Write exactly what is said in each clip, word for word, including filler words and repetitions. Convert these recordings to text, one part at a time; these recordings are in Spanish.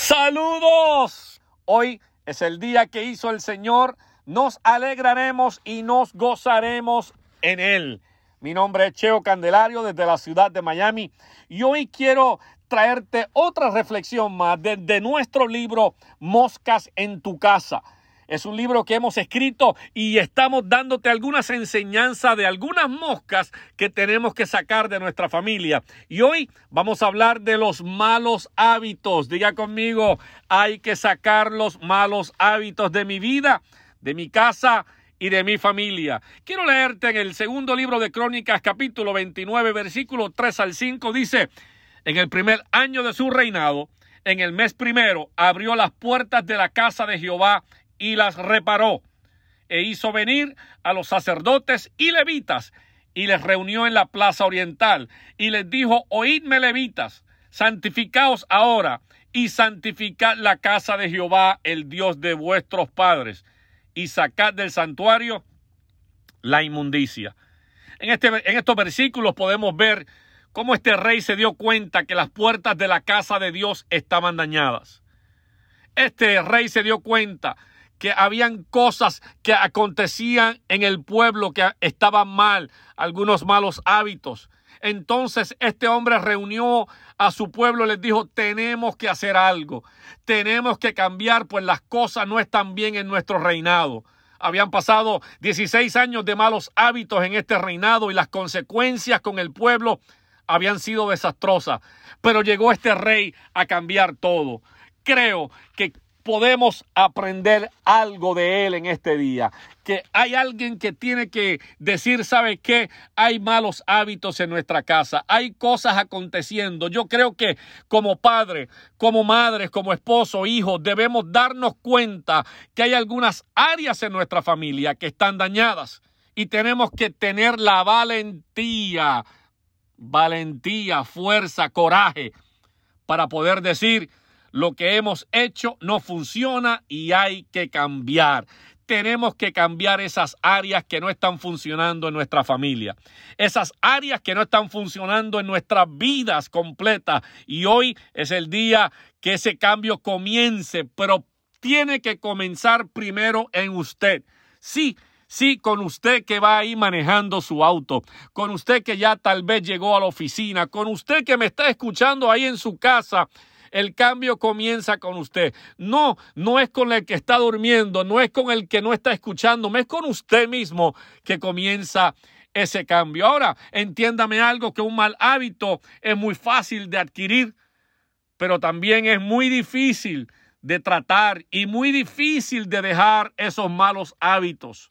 ¡Saludos! Hoy es el día que hizo el Señor. Nos alegraremos y nos gozaremos en Él. Mi nombre es Cheo Candelario desde la ciudad de Miami y hoy quiero traerte otra reflexión más desde nuestro libro Moscas en tu casa. Es un libro que hemos escrito y estamos dándote algunas enseñanzas de algunas moscas que tenemos que sacar de nuestra familia. Y hoy vamos a hablar de los malos hábitos. Diga conmigo, hay que sacar los malos hábitos de mi vida, de mi casa y de mi familia. Quiero leerte en el segundo libro de Crónicas, capítulo veintinueve, versículo tres al cinco. Dice, en el primer año de su reinado, en el mes primero, abrió las puertas de la casa de Jehová y las reparó, e hizo venir a los sacerdotes y levitas, y les reunió en la plaza oriental, y les dijo, oídme levitas, santificaos ahora, y santificad la casa de Jehová, el Dios de vuestros padres, y sacad del santuario la inmundicia. En, este, en estos versículos podemos ver cómo este rey se dio cuenta que las puertas de la casa de Dios estaban dañadas. Este rey se dio cuenta que habían cosas que acontecían en el pueblo que estaban mal, algunos malos hábitos. Entonces este hombre reunió a su pueblo y les dijo, tenemos que hacer algo, tenemos que cambiar, pues las cosas no están bien en nuestro reinado. Habían pasado dieciséis años de malos hábitos en este reinado y las consecuencias con el pueblo habían sido desastrosas. Pero llegó este rey a cambiar todo. Creo que podemos aprender algo de él en este día, que hay alguien que tiene que decir, ¿sabe qué? Hay malos hábitos en nuestra casa, hay cosas aconteciendo. Yo creo que como padre, como madres, como esposo, hijos, debemos darnos cuenta que hay algunas áreas en nuestra familia que están dañadas y tenemos que tener la valentía, valentía, fuerza, coraje para poder decir, lo que hemos hecho no funciona y hay que cambiar. Tenemos que cambiar esas áreas que no están funcionando en nuestra familia. Esas áreas que no están funcionando en nuestras vidas completas. Y hoy es el día que ese cambio comience, pero tiene que comenzar primero en usted. Sí, sí, con usted que va ahí manejando su auto, con usted que ya tal vez llegó a la oficina, con usted que me está escuchando ahí en su casa. El cambio comienza con usted. No, no es con el que está durmiendo, no es con el que no está escuchando, no es con usted mismo que comienza ese cambio. Ahora, entiéndame algo, que un mal hábito es muy fácil de adquirir, pero también es muy difícil de tratar y muy difícil de dejar esos malos hábitos.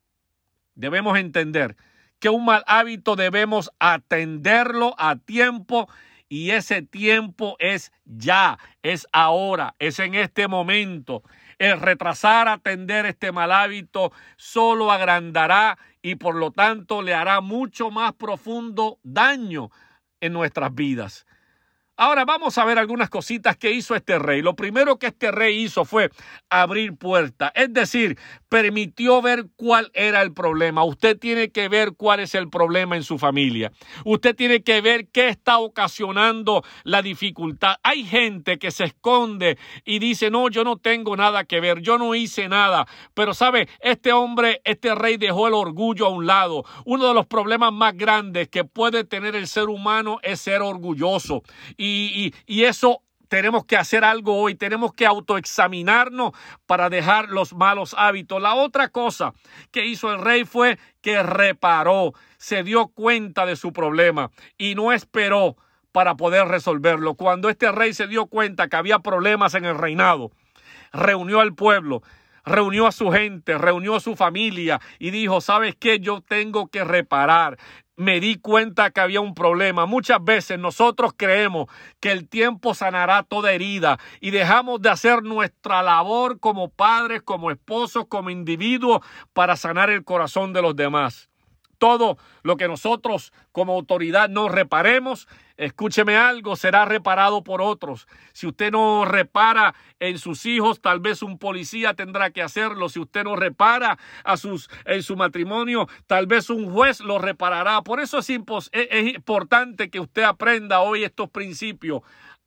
Debemos entender que un mal hábito debemos atenderlo a tiempo. Y ese tiempo es ya, es ahora, es en este momento. El retrasar atender este mal hábito solo agrandará y por lo tanto le hará mucho más profundo daño en nuestras vidas. Ahora vamos a ver algunas cositas que hizo este rey. Lo primero que este rey hizo fue abrir puertas, es decir, permitió ver cuál era el problema. Usted tiene que ver cuál es el problema en su familia. Usted tiene que ver qué está ocasionando la dificultad. Hay gente que se esconde y dice, no, yo no tengo nada que ver, yo no hice nada. Pero sabe, este hombre, este rey dejó el orgullo a un lado. Uno de los problemas más grandes que puede tener el ser humano es ser orgulloso. Y Y, y, y eso tenemos que hacer algo hoy, tenemos que autoexaminarnos para dejar los malos hábitos. La otra cosa que hizo el rey fue que reparó, se dio cuenta de su problema y no esperó para poder resolverlo. Cuando este rey se dio cuenta que había problemas en el reinado, reunió al pueblo, reunió a su gente, reunió a su familia y dijo, ¿sabes qué? Yo tengo que reparar. Me di cuenta que había un problema. Muchas veces nosotros creemos que el tiempo sanará toda herida y dejamos de hacer nuestra labor como padres, como esposos, como individuos para sanar el corazón de los demás. Todo lo que nosotros como autoridad no reparemos, escúcheme algo, será reparado por otros. Si usted no repara en sus hijos, tal vez un policía tendrá que hacerlo. Si usted no repara a sus, en su matrimonio, tal vez un juez lo reparará. Por eso es, impos- es, es importante que usted aprenda hoy estos principios.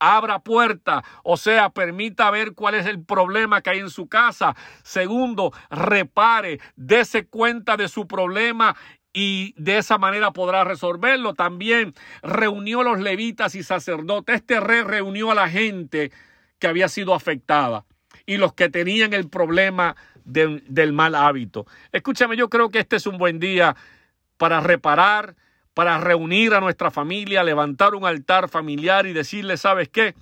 abra puerta, o sea, permita ver cuál es el problema que hay en su casa. Segundo, repare, dése cuenta de su problema y de esa manera podrá resolverlo. También reunió a los levitas y sacerdotes. Este rey reunió a la gente que había sido afectada y los que tenían el problema de, del mal hábito. Escúchame, yo creo que este es un buen día para reparar, para reunir a nuestra familia, levantar un altar familiar y decirle, ¿sabes qué?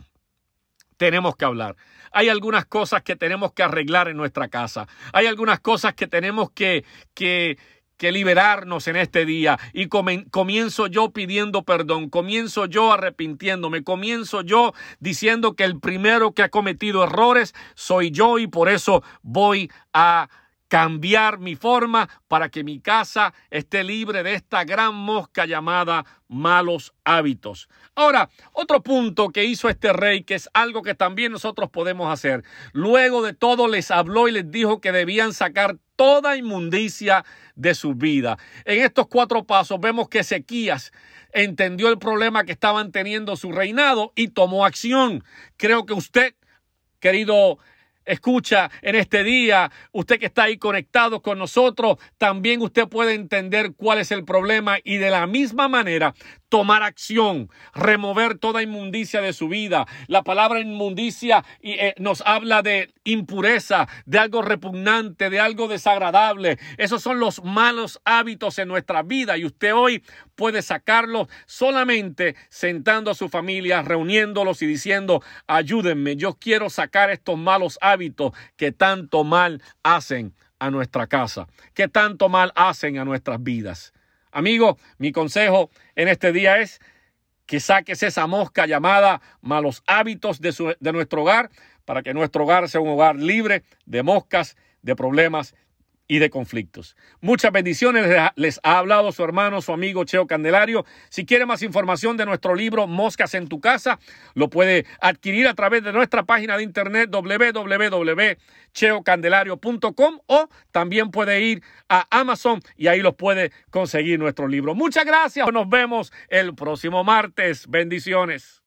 Tenemos que hablar. Hay algunas cosas que tenemos que arreglar en nuestra casa. Hay algunas cosas que tenemos que, que, que liberarnos en este día. Y comienzo yo pidiendo perdón, comienzo yo arrepintiéndome, comienzo yo diciendo que el primero que ha cometido errores soy yo y por eso voy a cambiar mi forma para que mi casa esté libre de esta gran mosca llamada malos hábitos. Ahora, otro punto que hizo este rey, que es algo que también nosotros podemos hacer. Luego de todo les habló y les dijo que debían sacar toda inmundicia de su vida. En estos cuatro pasos vemos que Ezequías entendió el problema que estaban teniendo su reinado y tomó acción. Creo que usted, querido escucha en este día, usted que está ahí conectado con nosotros, también usted puede entender cuál es el problema y de la misma manera tomar acción, remover toda inmundicia de su vida. La palabra inmundicia eh, nos habla de impureza, de algo repugnante, de algo desagradable. Esos son los malos hábitos en nuestra vida y usted hoy puede sacarlos solamente sentando a su familia, reuniéndolos y diciendo, ayúdenme, yo quiero sacar estos malos hábitos que tanto mal hacen a nuestra casa, que tanto mal hacen a nuestras vidas. Amigo, mi consejo en este día es que saques esa mosca llamada malos hábitos de, su, de nuestro hogar para que nuestro hogar sea un hogar libre de moscas, de problemas y de conflictos. Muchas bendiciones. Les ha hablado su hermano, su amigo Cheo Candelario. Si quiere más información de nuestro libro Moscas en tu casa, lo puede adquirir a través de nuestra página de internet doble u doble u doble u punto cheo candelario punto com o también puede ir a Amazon y ahí los puede conseguir nuestro libro. Muchas gracias. Nos vemos el próximo martes. Bendiciones.